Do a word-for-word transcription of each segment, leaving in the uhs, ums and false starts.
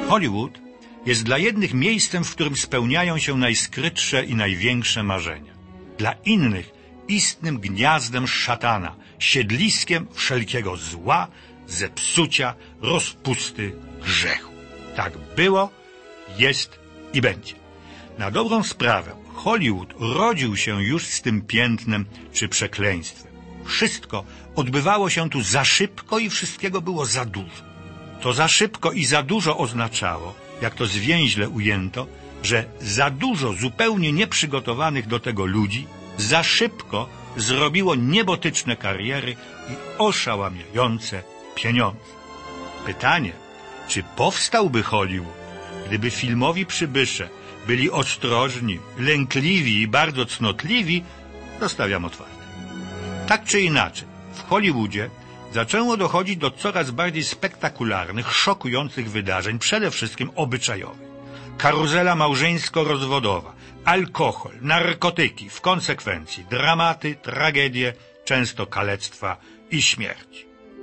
Hollywood jest dla jednych miejscem, w którym spełniają się najskrytsze i największe marzenia. Dla innych istnym gniazdem szatana, siedliskiem wszelkiego zła, zepsucia, rozpusty, grzechu. Tak było, jest i będzie. Na dobrą sprawę, Hollywood rodził się już z tym piętnem czy przekleństwem. Wszystko odbywało się tu za szybko i wszystkiego było za dużo. To za szybko i za dużo oznaczało, jak to zwięźle ujęto, że za dużo zupełnie nieprzygotowanych do tego ludzi za szybko zrobiło niebotyczne kariery i oszałamiające pieniądze. Pytanie, czy powstałby Hollywood, gdyby filmowi przybysze byli ostrożni, lękliwi i bardzo cnotliwi, zostawiam otwarte. Tak czy inaczej, w Hollywoodzie zaczęło dochodzić do coraz bardziej spektakularnych, szokujących wydarzeń, przede wszystkim obyczajowych. Karuzela małżeńsko-rozwodowa, alkohol, narkotyki, w konsekwencji dramaty, tragedie, często kalectwa i śmierć.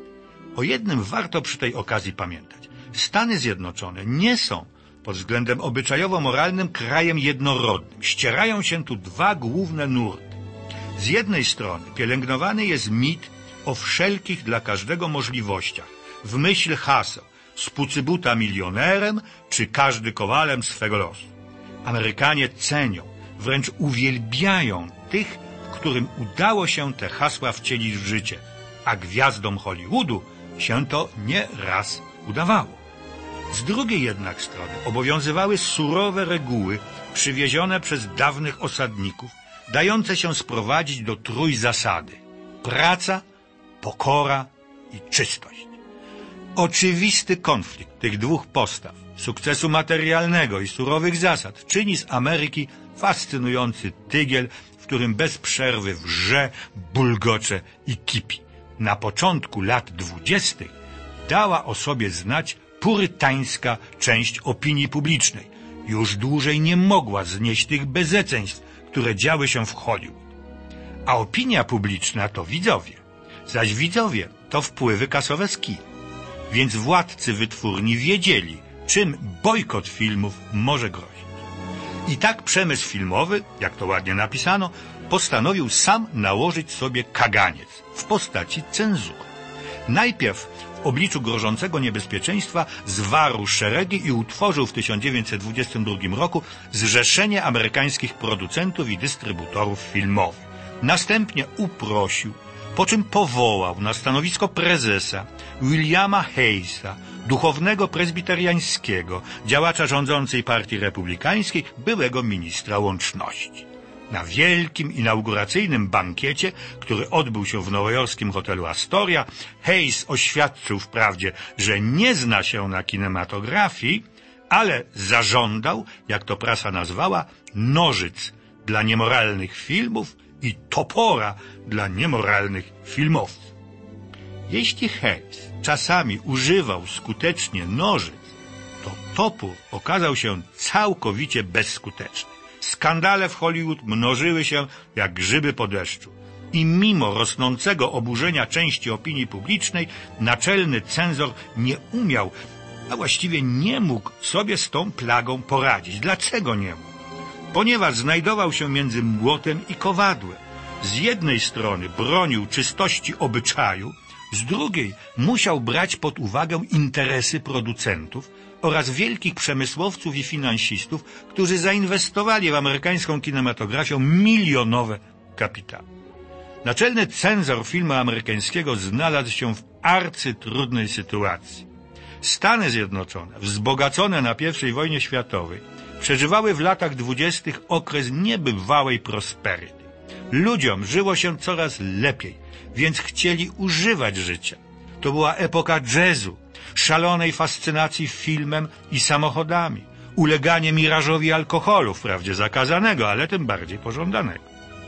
O jednym warto przy tej okazji pamiętać. Stany Zjednoczone nie są pod względem obyczajowo-moralnym krajem jednorodnym. Ścierają się tu dwa główne nurty. Z jednej strony pielęgnowany jest mit o wszelkich dla każdego możliwościach, w myśl haseł z pucybuta milionerem, czy każdy kowalem swego losu. Amerykanie cenią, wręcz uwielbiają tych, którym udało się te hasła wcielić w życie, a gwiazdom Hollywoodu się to nie raz udawało. Z drugiej jednak strony obowiązywały surowe reguły przywiezione przez dawnych osadników, dające się sprowadzić do trójzasady: praca, pokora i czystość. Oczywisty konflikt tych dwóch postaw, sukcesu materialnego i surowych zasad, czyni z Ameryki fascynujący tygiel, w którym bez przerwy wrze, bulgocze i kipi. Na początku lat dwudziestych dała o sobie znać purytańska część opinii publicznej. Już dłużej nie mogła znieść tych bezeceństw, które działy się w Hollywood. A opinia publiczna to widzowie, zaś widzowie to wpływy kasowe z kin. Więc władcy wytwórni wiedzieli, czym bojkot filmów może grozić. I tak przemysł filmowy, jak to ładnie napisano, postanowił sam nałożyć sobie kaganiec w postaci cenzury. Najpierw w obliczu grożącego niebezpieczeństwa zwarł szeregi i utworzył w tysiąc dziewięćset dwudziestym drugim roku Zrzeszenie Amerykańskich Producentów i Dystrybutorów Filmowych. Następnie uprosił, po czym powołał na stanowisko prezesa Williama Hayesa, duchownego prezbiteriańskiego, działacza rządzącej partii republikańskiej, byłego ministra łączności. Na wielkim inauguracyjnym bankiecie, który odbył się w nowojorskim hotelu Astoria, Hayes oświadczył wprawdzie, że nie zna się na kinematografii, ale zażądał, jak to prasa nazwała, nożyc dla niemoralnych filmów i topora dla niemoralnych filmowców. Jeśli Hayes czasami używał skutecznie nożyc, to topór okazał się całkowicie bezskuteczny. Skandale w Hollywood mnożyły się jak grzyby po deszczu. I mimo rosnącego oburzenia części opinii publicznej, naczelny cenzor nie umiał, a właściwie nie mógł sobie z tą plagą poradzić. Dlaczego nie mógł? Ponieważ znajdował się między młotem i kowadłem. Z jednej strony bronił czystości obyczaju, z drugiej musiał brać pod uwagę interesy producentów oraz wielkich przemysłowców i finansistów, którzy zainwestowali w amerykańską kinematografię milionowe kapitały. Naczelny cenzor filmu amerykańskiego znalazł się w arcytrudnej sytuacji. Stany Zjednoczone, wzbogacone na pierwszej wojnie światowej, przeżywały w latach dwudziestych okres niebywałej prosperity. Ludziom żyło się coraz lepiej, więc chcieli używać życia. To była epoka jazzu, szalonej fascynacji filmem i samochodami, uleganie mirażowi alkoholu, wprawdzie zakazanego, ale tym bardziej pożądanego.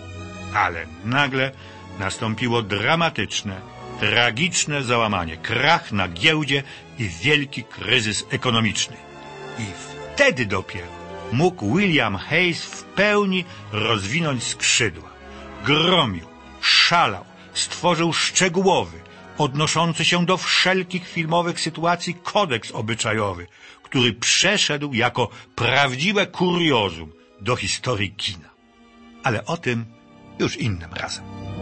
Ale nagle nastąpiło dramatyczne, tragiczne załamanie, krach na giełdzie i wielki kryzys ekonomiczny. I wtedy dopiero mógł William Hayes w pełni rozwinąć skrzydła. Gromił, szalał, stworzył szczegółowy, odnoszący się do wszelkich filmowych sytuacji kodeks obyczajowy, który przeszedł jako prawdziwe kuriozum do historii kina. Ale o tym już innym razem.